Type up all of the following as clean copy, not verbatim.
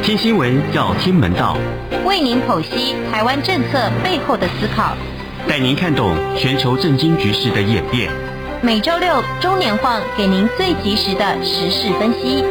听新闻要听门道， 为您剖析台湾政策背后的思考， 带您看懂全球政经局势的演变。 每周六中年晃给您最及时的时事分析。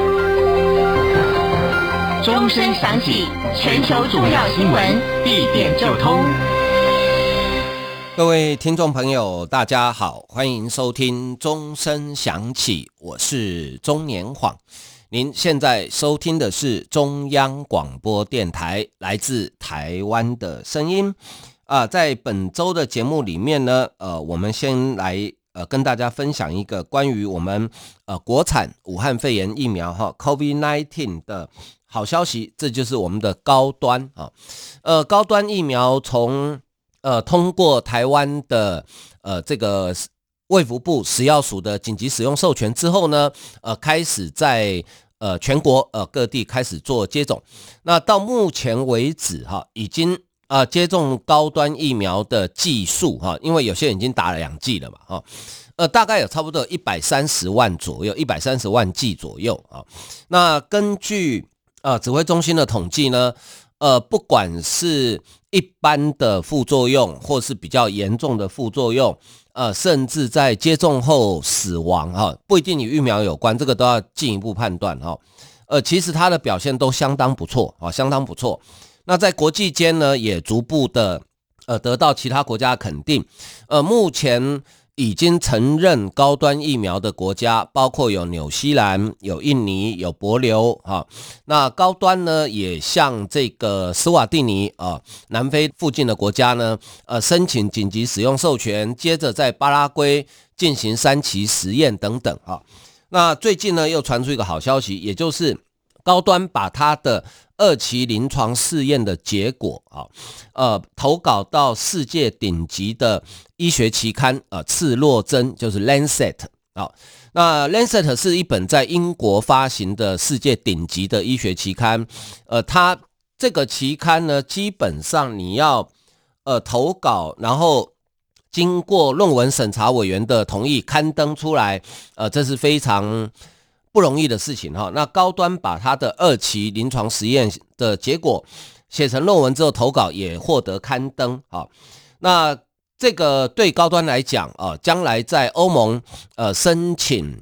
钟声响起，全球重要新闻一点就通。 各位听众朋友大家好，欢迎收听钟声响起，我是钟年晃。您现在收听的是中央广播电台来自台湾的声音在本周的节目里面呢，我们先来跟大家分享一个关于我们国产武汉肺炎疫苗COVID-19 的好消息，这就是我们的高端高端疫苗从通过台湾的这个卫福部食药署的紧急使用授权之后呢，开始在全国各地开始做接种。那到目前为止已经接种高端疫苗的剂数因为有些人已经打了2剂了嘛大概有差不多130万左右，130万剂左右那根据指挥中心的统计呢，不管是一般的副作用或是比较严重的副作用，甚至在接种后死亡不一定与疫苗有关，这个都要进一步判断其实它的表现都相当不错相当不错。那在国际间呢，也逐步的得到其他国家的肯定。目前已经承认高端疫苗的国家包括有纽西兰、有印尼、有帛琉那高端呢也向这个斯瓦蒂尼南非附近的国家呢申请紧急使用授权，接着在巴拉圭进行3期实验等等那最近呢又传出一个好消息，也就是高端把它的2期临床试验的结果投稿到世界顶级的医学期刊刺络针，就是 Lancet 那 Lancet 是一本在英国发行的世界顶级的医学期刊它这个期刊呢，基本上你要投稿，然后经过论文审查委员的同意刊登出来这是非常不容易的事情那高端把他的2期临床实验的结果写成论文之后投稿，也获得刊登那这个对高端来讲将来在欧盟申请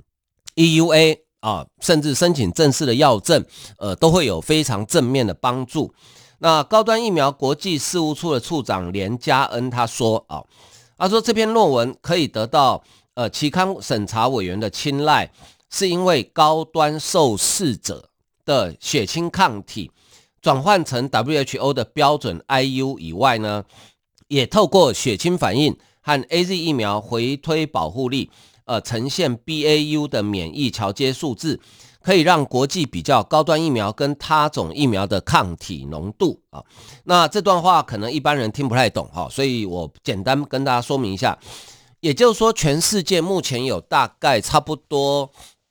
EUA 甚至申请正式的药证都会有非常正面的帮助。那高端疫苗国际事务处的处长连嘉恩他说这篇论文可以得到期刊审查委员的青睐，是因为高端受试者的血清抗体转换成 WHO 的标准 IU 以外呢，也透过血清反应和 AZ 疫苗回推保护力呈现 BAU 的免疫桥接数字，可以让国际比较高端疫苗跟他种疫苗的抗体浓度那这段话可能一般人听不太懂所以我简单跟大家说明一下。也就是说全世界目前有大概差不多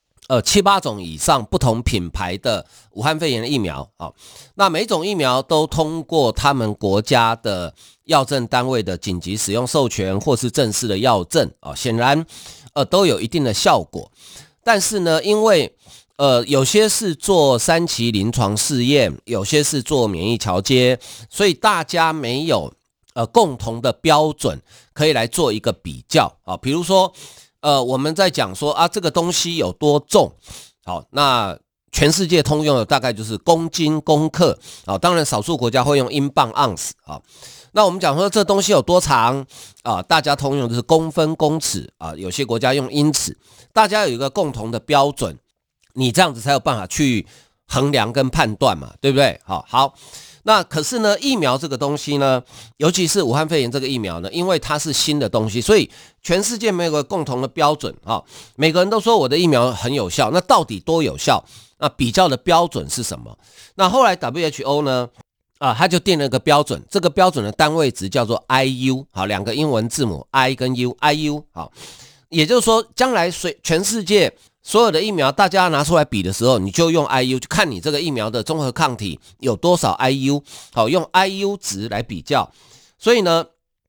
7-8种以上不同品牌的武汉肺炎的疫苗那每种疫苗都通过他们国家的药证单位的紧急使用授权或是正式的药证显然都有一定的效果。但是呢，因为有些是做3期临床试验，有些是做免疫桥接，所以大家没有共同的标准可以来做一个比较比如说我们在讲说这个东西有多重那全世界通用的大概就是公斤公克当然少数国家会用英镑盎司那我们讲说这东西有多长大家通用的是公分公尺有些国家用英尺，大家有一个共同的标准，你这样子才有办法去衡量跟判断嘛，对不对好那可是呢，疫苗这个东西呢，尤其是武汉肺炎这个疫苗呢，因为它是新的东西，所以全世界没有个共同的标准每个人都说我的疫苗很有效，那到底多有效？那比较的标准是什么？那后来 WHO 呢他就定了一个标准，这个标准的单位值叫做 IU 2个英文字母 I 跟 IU 也就是说将来全世界所有的疫苗大家拿出来比的时候，你就用 IU， 就看你这个疫苗的综合抗体有多少 IU， 用 IU 值来比较。所以呢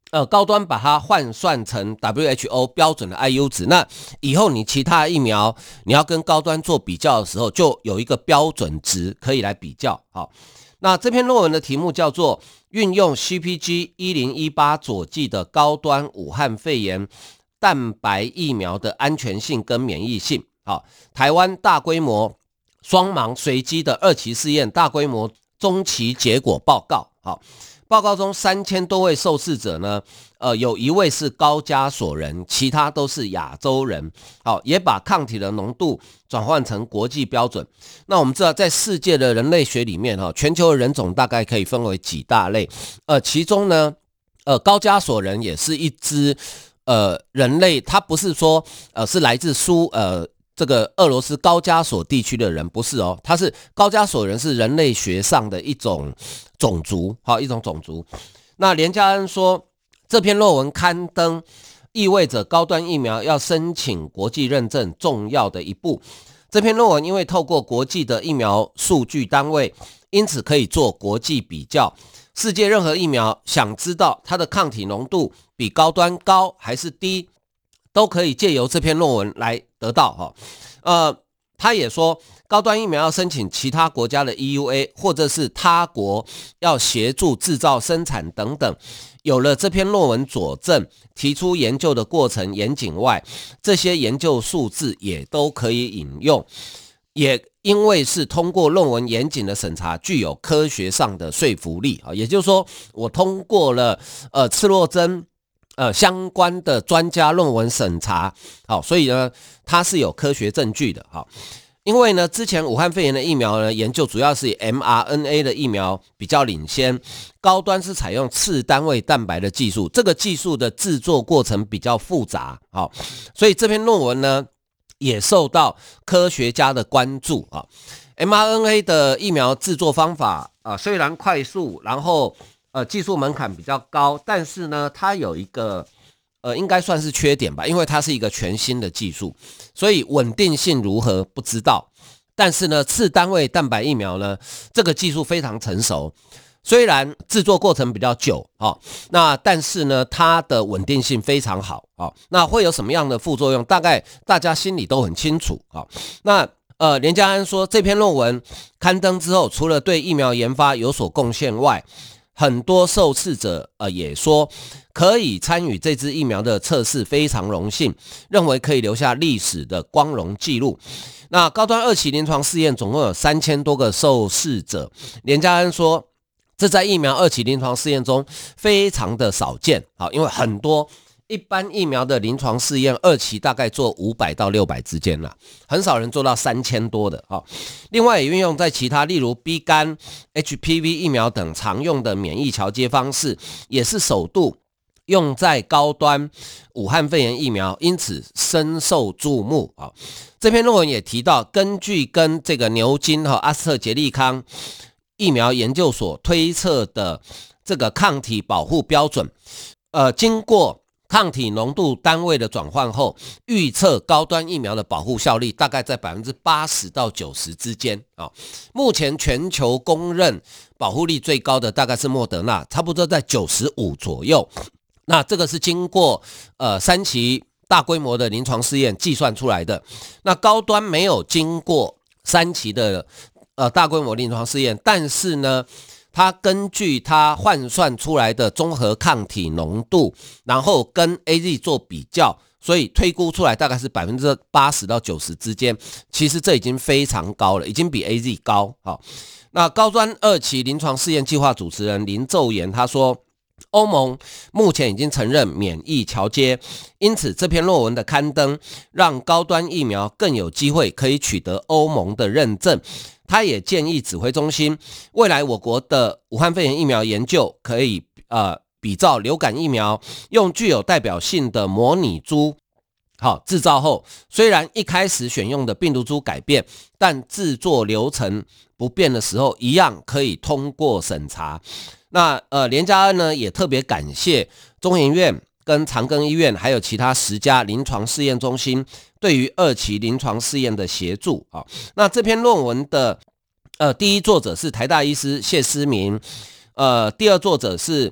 高端把它换算成 WHO 标准的 IU 值，那以后你其他疫苗你要跟高端做比较的时候，就有一个标准值可以来比较。好，那这篇论文的题目叫做运用 CpG 1018佐剂的高端武汉肺炎蛋白疫苗的安全性跟免疫性。好，台湾大规模双盲随机的2期试验大规模中期结果报告。好，报告中3000多位受试者呢，有1位是高加索人，其他都是亚洲人。好，也把抗体的浓度转换成国际标准。那我们知道，在世界的人类学里面，全球的人种大概可以分为几大类。其中呢，高加索人也是一支人类，它不是说是来自这个俄罗斯高加索地区的人，不是哦，他是高加索人，是人类学上的一种种族，好，一种种族。那连家恩说，这篇论文刊登意味着高端疫苗要申请国际认证重要的一步。这篇论文因为透过国际的疫苗数据单位，因此可以做国际比较。世界任何疫苗想知道它的抗体浓度比高端高还是低，都可以借由这篇论文来得到。他也说，高端疫苗要申请其他国家的 EUA， 或者是他国要协助制造生产等等，有了这篇论文佐证，提出研究的过程严谨外，这些研究数字也都可以引用，也因为是通过论文严谨的审查，具有科学上的说服力。也就是说，我通过了刺洛针相关的专家论文审查，好，所以呢，它是有科学证据的。好，因为呢，之前武汉肺炎的疫苗呢，研究主要是以 mRNA 的疫苗比较领先，高端是采用次单位蛋白的技术，这个技术的制作过程比较复杂，好，所以这篇论文呢，也受到科学家的关注啊。mRNA 的疫苗制作方法虽然快速，然后技术门槛比较高，但是呢，它有一个应该算是缺点吧，因为它是一个全新的技术，所以稳定性如何不知道。但是呢，次单位蛋白疫苗呢，这个技术非常成熟，虽然制作过程比较久，那但是呢，它的稳定性非常好。那会有什么样的副作用？大概大家心里都很清楚。那连家安说，这篇论文刊登之后，除了对疫苗研发有所贡献外，很多受试者也说可以参与这支疫苗的测试，非常荣幸，认为可以留下历史的光荣记录。那高端2期临床试验总共有3000多个受试者，连家恩说，这在疫苗2期临床试验中非常的少见，好，因为很多一般疫苗的临床试验2期大概做500到600之间啦，很少人做到3000多的。另外也运用在其他例如 B 肝、HPV 疫苗等常用的免疫桥接方式，也是首度用在高端武汉肺炎疫苗，因此深受注目。这篇论文也提到，根据跟这个牛津阿斯特捷利康疫苗研究所推测的这个抗体保护标准，经过抗体浓度单位的转换后，预测高端疫苗的保护效力大概在 80% 到 90% 之间。目前全球公认保护力最高的大概是莫德纳，差不多在95左右。那这个是经过3期大规模的临床试验计算出来的。那高端没有经过3期的大规模临床试验，但是呢，它根据它换算出来的综合抗体浓度，然后跟 AZ 做比较，所以推估出来大概是 80% 到 90% 之间。其实这已经非常高了，已经比 AZ 高。那高端2期临床试验计划主持人林奏言他说，欧盟目前已经承认免疫桥接，因此这篇论文的刊登让高端疫苗更有机会可以取得欧盟的认证。他也建议指挥中心，未来我国的武汉肺炎疫苗研究可以比照流感疫苗，用具有代表性的模拟株制造后，虽然一开始选用的病毒株改变，但制作流程不变的时候，一样可以通过审查。那连家恩呢也特别感谢中研院跟长庚医院还有其他10家临床试验中心对于2期临床试验的协助。那这篇论文的第一作者是台大医师谢思明，第二作者是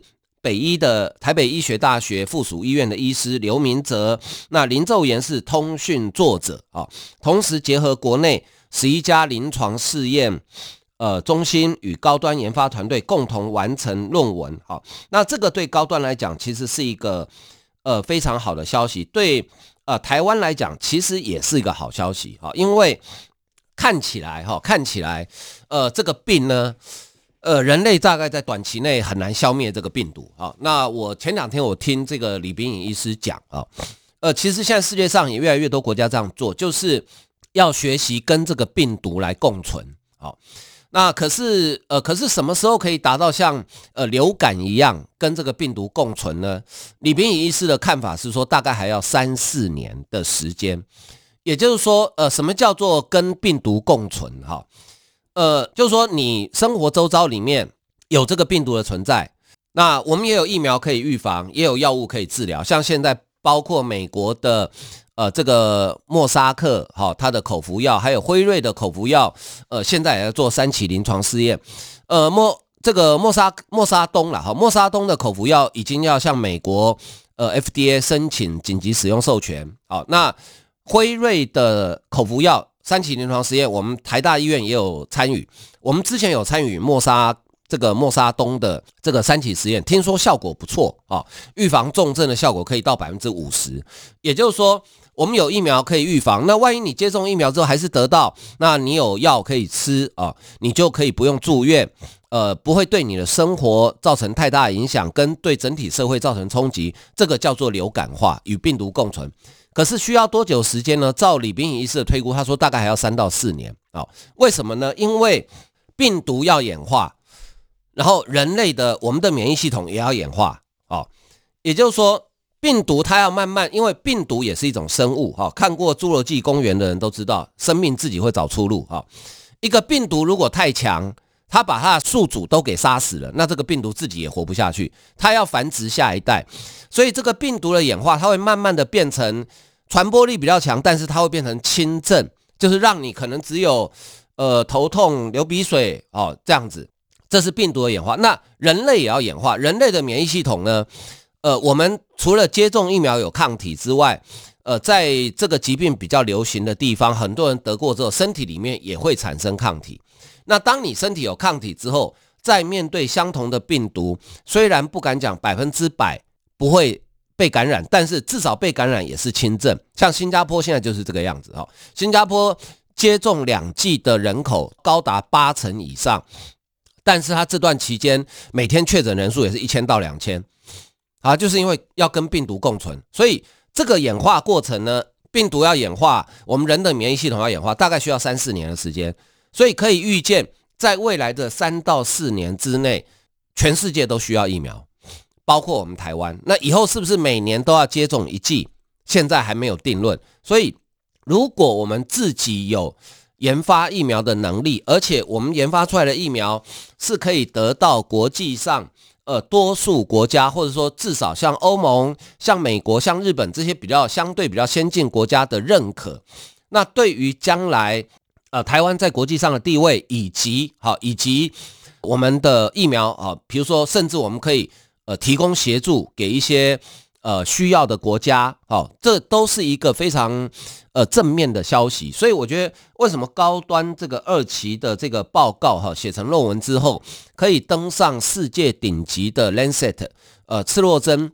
台北医学大学附属医院的医师刘明哲，那林奏言是通讯作者同时结合国内11家临床试验中心与高端研发团队共同完成论文。那这个对高端来讲其实是一个非常好的消息，对台湾来讲其实也是一个好消息，因为看起来这个病呢人类大概在短期内很难消灭这个病毒。那我前2天我听这个李秉颖医师讲其实现在世界上也越来越多国家这样做，就是要学习跟这个病毒来共存。那可是什么时候可以达到像流感一样跟这个病毒共存呢？李秉颖医师的看法是说，大概还要3-4年的时间。也就是说，什么叫做跟病毒共存？就是说你生活周遭里面有这个病毒的存在，那我们也有疫苗可以预防，也有药物可以治疗，像现在包括美国的这个莫沙克它的口服药，还有辉瑞的口服药现在也在做3期临床试验。莫沙东的口服药已经要向美国FDA 申请紧急使用授权。那辉瑞的口服药3期临床实验，我们台大医院也有参与，我们之前有参与莫沙东的这个3期实验，听说效果不错预防重症的效果可以到 50%。 也就是说我们有疫苗可以预防，那万一你接种疫苗之后还是得到，那你有药可以吃你就可以不用住院，不会对你的生活造成太大的影响，跟对整体社会造成冲击，这个叫做流感化，与病毒共存。可是需要多久时间呢？照李秉颖医师的推估，他说大概还要3到4年。为什么呢？因为病毒要演化，然后人类的我们的免疫系统也要演化。也就是说病毒它要慢慢，因为病毒也是一种生物看过侏罗纪公园的人都知道，生命自己会找出路一个病毒如果太强，它把它的宿主都给杀死了，那这个病毒自己也活不下去，它要繁殖下一代。所以这个病毒的演化，它会慢慢的变成传播力比较强，但是它会变成轻症，就是让你可能只有头痛流鼻水这样子，这是病毒的演化。那人类也要演化，人类的免疫系统呢我们除了接种疫苗有抗体之外，在这个疾病比较流行的地方，很多人得过之后身体里面也会产生抗体。那当你身体有抗体之后，再面对相同的病毒，虽然不敢讲100%不会被感染，但是至少被感染也是轻症。像新加坡现在就是这个样子新加坡接种2剂的人口高达80%以上，但是他这段期间每天确诊人数也是1000到2000就是因为要跟病毒共存。所以这个演化过程呢，病毒要演化，我们人的免疫系统要演化，大概需要3-4年的时间。所以可以预见，在未来的3到4年之内，全世界都需要疫苗，包括我们台湾。那以后是不是每年都要接种1剂？现在还没有定论。所以如果我们自己有研发疫苗的能力，而且我们研发出来的疫苗是可以得到国际上多数国家，或者说至少像欧盟、像美国、像日本这些相对比较先进国家的认可，那对于将来台湾在国际上的地位，以及我们的疫苗比如说甚至我们可以提供协助给一些需要的国家这都是一个非常正面的消息。所以我觉得为什么高端这个2期的这个报告写成论文之后可以登上世界顶级的 Lancet 刺络针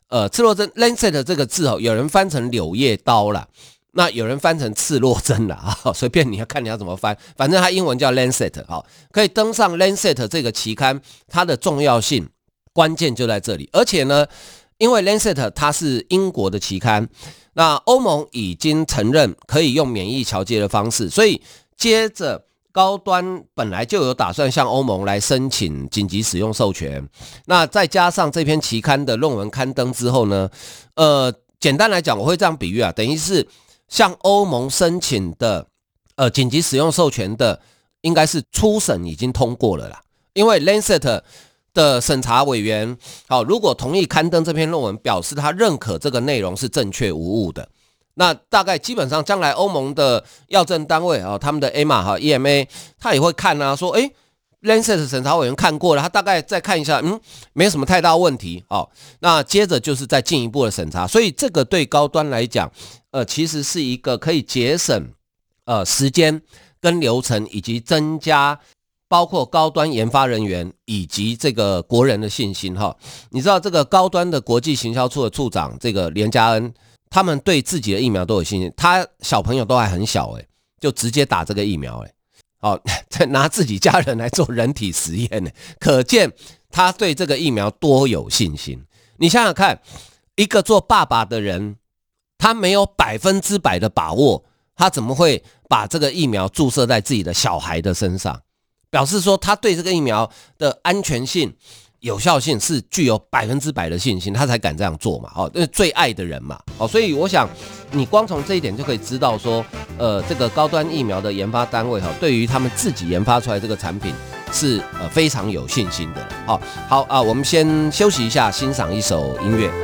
Lancet 这个字有人翻成柳叶刀啦，那有人翻成刺络针啦随便你要看你要怎么翻，反正它英文叫 Lancet 可以登上 Lancet 这个期刊，它的重要性关键就在这里。而且呢，因为 Lancet 它是英国的期刊，那欧盟已经承认可以用免疫桥接的方式，所以接着高端本来就有打算向欧盟来申请紧急使用授权。那再加上这篇期刊的论文刊登之后呢，简单来讲我会这样比喻等于是向欧盟申请的紧急使用授权的应该是初审已经通过了啦，因为 Lancet 的审查委员如果同意刊登这篇论文，表示他认可这个内容是正确无误的。那大概基本上将来欧盟的药政单位他们的 EMA 他也会看说 Lancet 审查委员看过了，他大概再看一下，没有什么太大问题。那接着就是再进一步的审查，所以这个对高端来讲，其实是一个可以节省时间跟流程，以及增加包括高端研发人员以及这个国人的信心哈。你知道这个高端的国际行销处的处长这个连嘉恩，他们对自己的疫苗都有信心，他小朋友都还很小就直接打这个疫苗再拿自己家人来做人体实验可见他对这个疫苗多有信心。你想想看，一个做爸爸的人，他没有100%的把握，他怎么会把这个疫苗注射在自己的小孩的身上？表示说他对这个疫苗的安全性、有效性是具有100%的信心，他才敢这样做嘛。最爱的人嘛。所以我想你光从这一点就可以知道说，这个高端疫苗的研发单位对于他们自己研发出来这个产品是非常有信心的。好我们先休息一下，欣赏一首音乐。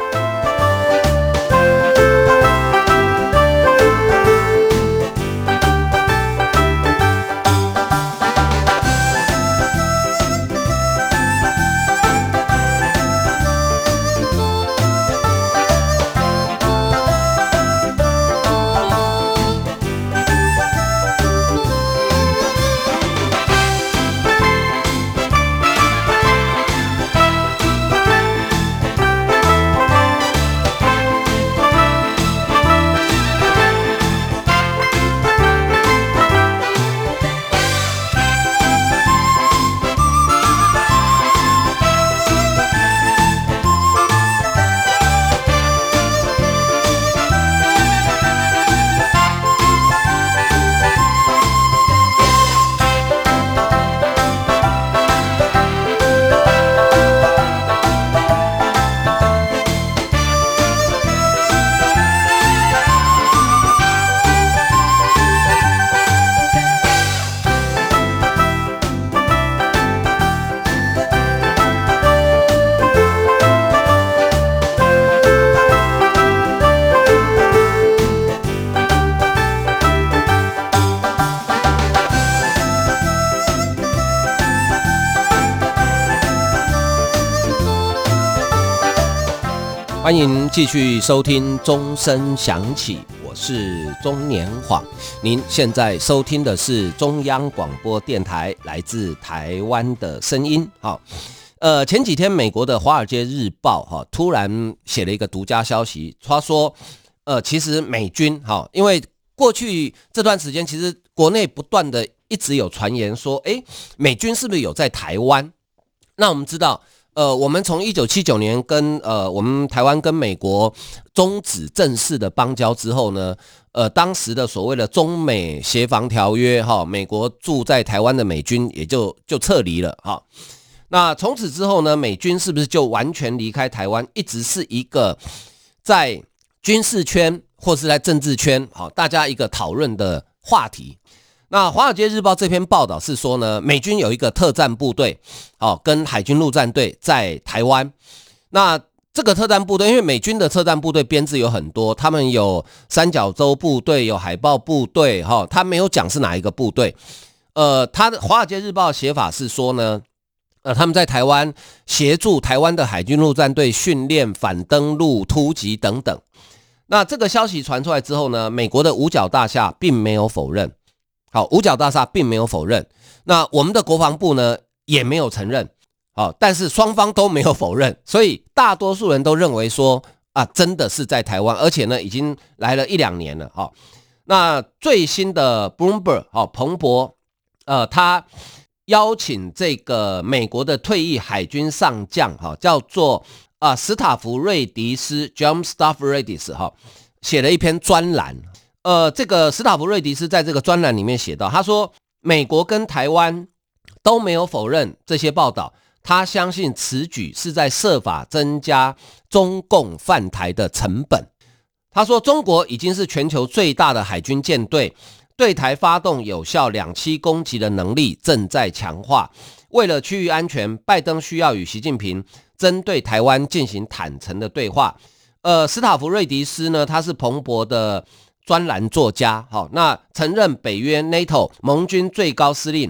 欢迎继续收听钟声响起，我是钟年晃。您现在收听的是中央广播电台来自台湾的声音。前几天美国的华尔街日报突然写了一个独家消息，他说其实美军因为过去这段时间其实国内不断的一直有传言说美军是不是有在台湾。那我们知道我们从1979年跟我们台湾跟美国终止正式的邦交之后呢，当时的所谓的中美协防条约美国驻在台湾的美军也就撤离了那从此之后呢，美军是不是就完全离开台湾，一直是一个在军事圈或是在政治圈大家一个讨论的话题。那华尔街日报这篇报道是说呢，美军有一个特战部队跟海军陆战队在台湾。那这个特战部队，因为美军的特战部队编制有很多，他们有三角洲部队，有海豹部队他没有讲是哪一个部队。他的华尔街日报的写法是说呢，他们在台湾协助台湾的海军陆战队训练、反登陆、突击等等。那这个消息传出来之后呢，美国的五角大厦并没有否认。五角大厦并没有否认，那我们的国防部呢也没有承认，但是双方都没有否认，所以大多数人都认为说真的是在台湾，而且呢已经来了1-2年了那最新的 Bloomberg 彭博他邀请这个美国的退役海军上将叫做史塔福瑞迪斯 John Staffordis 写了一篇专栏。这个史塔福瑞迪斯在这个专栏里面写到，他说美国跟台湾都没有否认这些报道，他相信此举是在设法增加中共犯台的成本。他说中国已经是全球最大的海军舰队，对台发动有效两栖攻击的能力正在强化。为了区域安全，拜登需要与习近平针对台湾进行坦诚的对话。史塔福瑞迪斯呢，他是彭博的专栏作家，那曾任北约 NATO 盟军最高司令，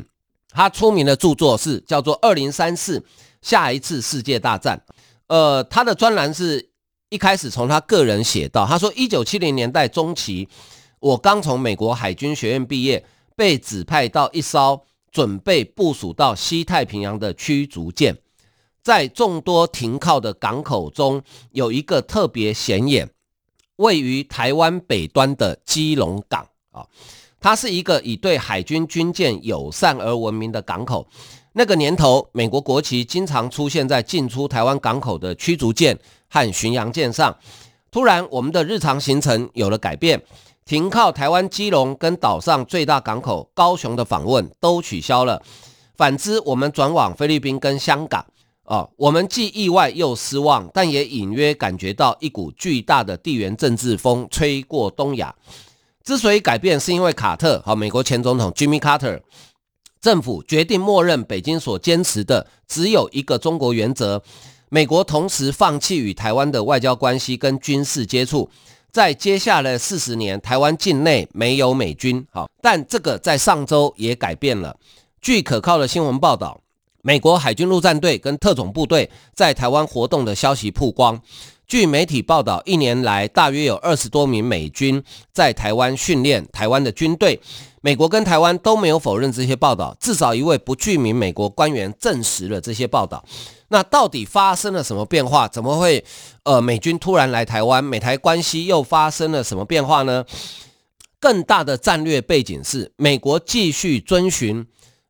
他出名的著作是叫做《2034下一次世界大战》。他的专栏是一开始从他个人写到，他说1970年代中期，我刚从美国海军学院毕业，被指派到一艘准备部署到西太平洋的驱逐舰，在众多停靠的港口中，有一个特别显眼，位于台湾北端的基隆港。它是一个以对海军军舰友善而闻名的港口。那个年头，美国国旗经常出现在进出台湾港口的驱逐舰和巡洋舰上。突然，我们的日常行程有了改变，停靠台湾基隆跟岛上最大港口高雄的访问都取消了。反之，我们转往菲律宾跟香港。我们既意外又失望，但也隐约感觉到一股巨大的地缘政治风吹过东亚。之所以改变，是因为卡特，美国前总统 Jimmy Carter 政府决定默认北京所坚持的只有一个中国原则。美国同时放弃与台湾的外交关系跟军事接触。在接下来40年，台湾境内没有美军，但这个在上周也改变了。据可靠的新闻报道，美国海军陆战队跟特种部队在台湾活动的消息曝光。据媒体报道，一年来大约有20多名美军在台湾训练台湾的军队。美国跟台湾都没有否认这些报道，至少一位不具名美国官员证实了这些报道。那到底发生了什么变化？怎么会美军突然来台湾？美台关系又发生了什么变化呢？更大的战略背景是，美国继续遵循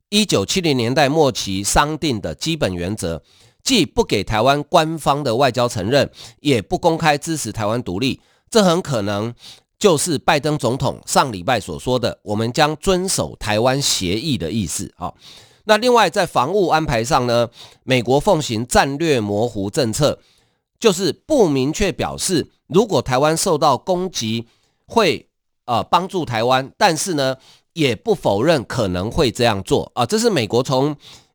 1970年代末期商定的基本原则，既不给台湾官方的外交承认，也不公开支持台湾独立。这很可能就是拜登总统上礼拜所说的我们将遵守台湾协议的意思。那另外在防务安排上呢，美国奉行战略模糊政策，就是不明确表示如果台湾受到攻击会帮助台湾，但是呢也不否认可能会这样做。这是美国从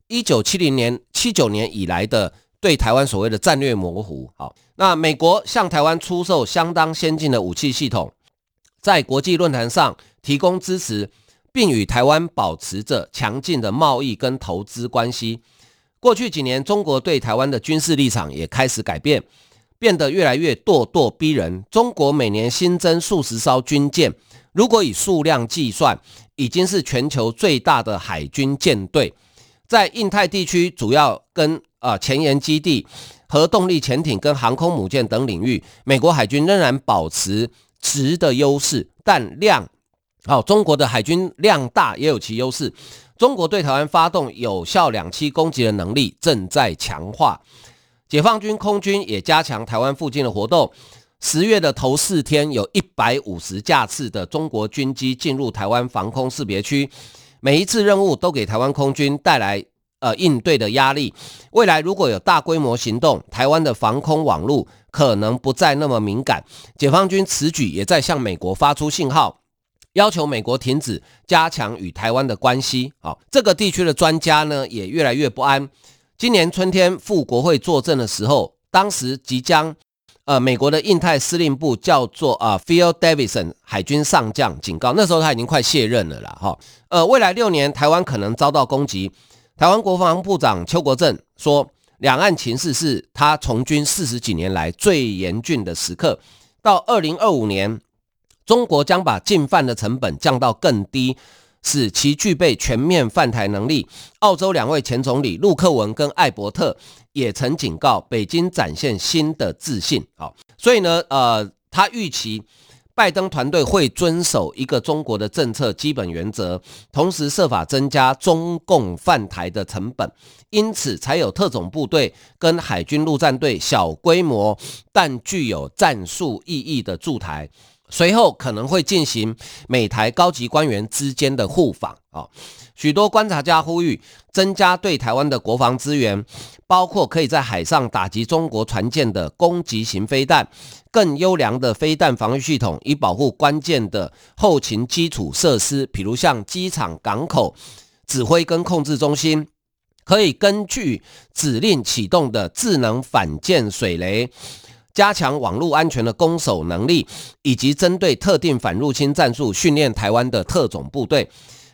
1979年以来的对台湾所谓的战略模糊。那美国向台湾出售相当先进的武器系统，在国际论坛上提供支持，并与台湾保持着强劲的贸易跟投资关系。过去几年，中国对台湾的军事立场也开始改变，变得越来越咄咄逼人。中国每年新增数十艘军舰，如果以数量计算，已经是全球最大的海军舰队。在印太地区，主要跟前沿基地、核动力潜艇跟航空母舰等领域，美国海军仍然保持质的优势，但量中国的海军量大也有其优势。中国对台湾发动有效两栖攻击的能力正在强化，解放军空军也加强台湾附近的活动。10月的头4天，有150架次的中国军机进入台湾防空识别区，每一次任务都给台湾空军带来应对的压力。未来如果有大规模行动，台湾的防空网络可能不再那么敏感。解放军此举也在向美国发出信号，要求美国停止加强与台湾的关系。这个地区的专家呢也越来越不安。今年春天赴国会作证的时候，当时即将美国的印太司令部叫做Phil Davidson 海军上将警告，那时候他已经快卸任了啦。未来6年台湾可能遭到攻击。台湾国防部长邱国正说，两岸情势是他从军40几年来最严峻的时刻。到2025年，中国将把进犯的成本降到更低，使其具备全面犯台能力。澳洲2位前总理陆克文跟艾伯特也曾警告北京展现新的自信。所以呢他预期拜登团队会遵守一个中国的政策基本原则，同时设法增加中共犯台的成本，因此才有特种部队跟海军陆战队小规模但具有战术意义的驻台。随后可能会进行美台高级官员之间的互访。许多观察家呼吁增加对台湾的国防资源，包括可以在海上打击中国船舰的攻击型飞弹，更优良的飞弹防御系统，以保护关键的后勤基础设施，比如像机场、港口、指挥跟控制中心，可以根据指令启动的智能反舰水雷，加强网络安全的攻守能力，以及针对特定反入侵战术训练台湾的特种部队。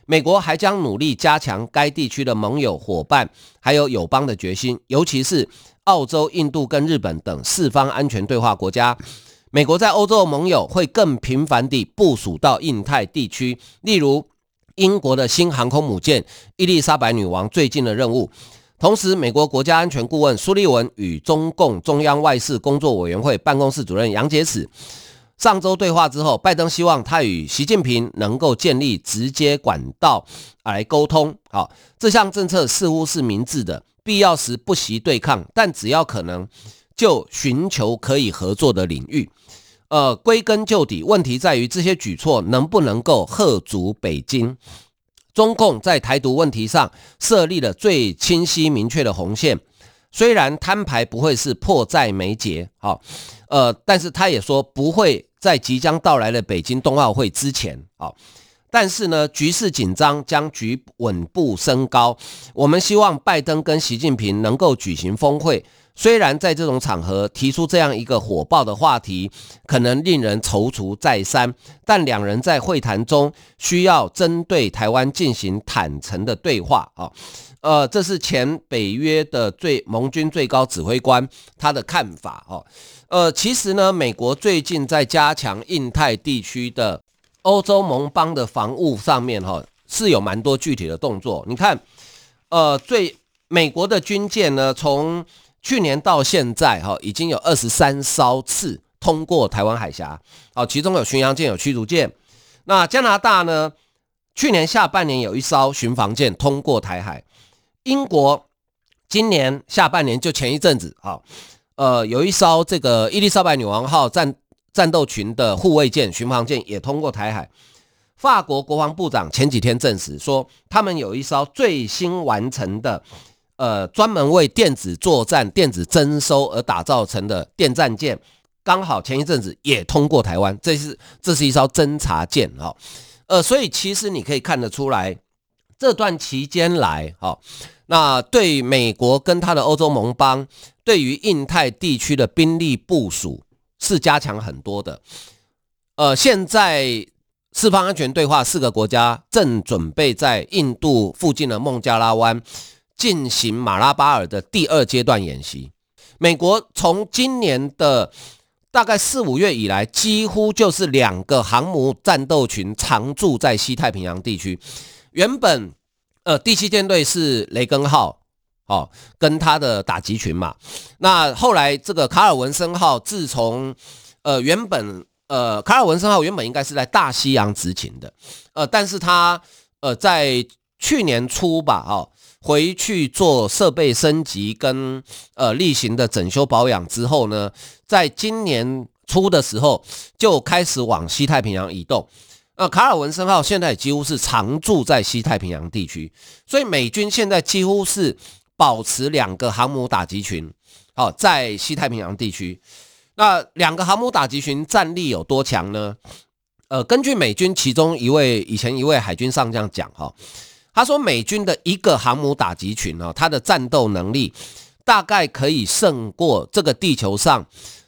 美国还将努力加强该地区的盟友伙伴还有友邦的决心，尤其是澳洲、印度跟日本等四方安全对话国家。美国在欧洲的盟友会更频繁地部署到印太地区，例如英国的新航空母舰伊丽莎白女王最近的任务。同时，美国国家安全顾问苏利文与中共中央外事工作委员会办公室主任杨洁篪上周对话之后，拜登希望他与习近平能够建立直接管道来沟通。好，这项政策似乎是明智的，必要时不惜对抗，但只要可能就寻求可以合作的领域。归根究底，问题在于这些举措能不能够嚇阻北京。中共在台独问题上设立了最清晰明确的红线，虽然摊牌不会是迫在眉睫，但是他也说不会在即将到来的北京冬奥会之前，但是呢，局势紧张将稳步升高。我们希望拜登跟习近平能够举行峰会，虽然在这种场合提出这样一个火爆的话题可能令人踌躇再三，但两人在会谈中需要针对台湾进行坦诚的对话。这是前北约的盟军最高指挥官他的看法。其实呢，美国最近在加强印太地区的欧洲盟邦的防务上面是有蛮多具体的动作。你看美国的军舰呢，从去年到现在已经有23艘次通过台湾海峡，其中有巡洋舰有驱逐舰。那加拿大呢，去年下半年有一艘巡防舰通过台海。英国今年下半年就前一阵子有一艘这个伊丽莎白女王号战斗群的护卫舰巡防舰也通过台海。法国国防部长前几天证实说，他们有一艘最新完成的专门为电子作战、电子征收而打造成的电战舰，刚好前一阵子也通过台湾，这是一艘侦察舰。所以其实你可以看得出来，这段期间来那对美国跟他的欧洲盟邦对于印太地区的兵力部署是加强很多的。现在四方安全对话4个国家正准备在印度附近的孟加拉湾进行马拉巴尔的第2阶段演习。美国从今年的大概4、5月以来，几乎就是2个航母战斗群常驻在西太平洋地区。原本第7舰队是雷根号跟他的打击群嘛，那后来这个卡尔文森号自从卡尔文森号原本应该是在大西洋执勤的，但是他在去年初吧回去做设备升级跟例行的整修保养之后呢，在今年初的时候就开始往西太平洋移动。卡尔文森号现在几乎是常驻在西太平洋地区，所以美军现在几乎是保持2个航母打击群在西太平洋地区。那2个航母打击群战力有多强呢？根据美军其中以前一位海军上将讲他说美军的1个航母打击群它的战斗能力大概可以胜过这个地球上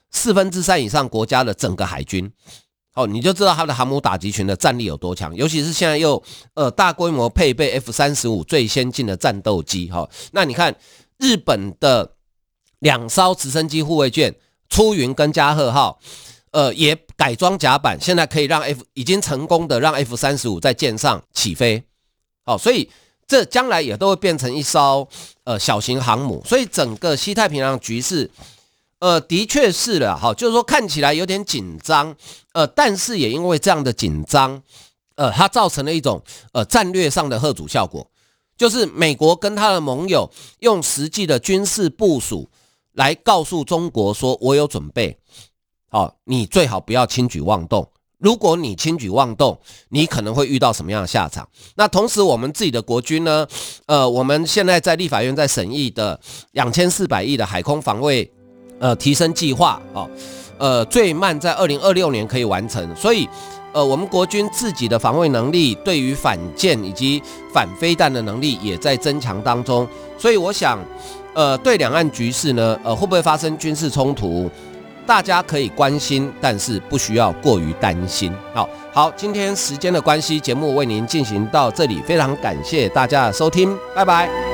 3/4以上国家的整个海军。你就知道他的航母打击群的战力有多强，尤其是现在又大规模配备 F-35 最先进的战斗机。那你看日本的2艘直升机护卫舰出云跟加贺号也改装甲板，现在可以已经成功的让 F-35 在舰上起飞。所以这将来也都会变成一艘小型航母。所以整个西太平洋局势的确是了就是说看起来有点紧张，但是也因为这样的紧张它造成了一种战略上的嚇阻效果，就是美国跟他的盟友用实际的军事部署来告诉中国说，我有准备，你最好不要轻举妄动，如果你轻举妄动，你可能会遇到什么样的下场。那同时我们自己的国军呢，我们现在在立法院在审议的2400亿的海空防卫提升计划最慢在2026年可以完成，所以我们国军自己的防卫能力，对于反舰以及反飞弹的能力也在增强当中。所以我想对两岸局势呢会不会发生军事冲突， 大家可以关心，但是不需要过于担心。好，今天时间的关系，节目为您进行到这里，非常感谢大家的收听，拜拜。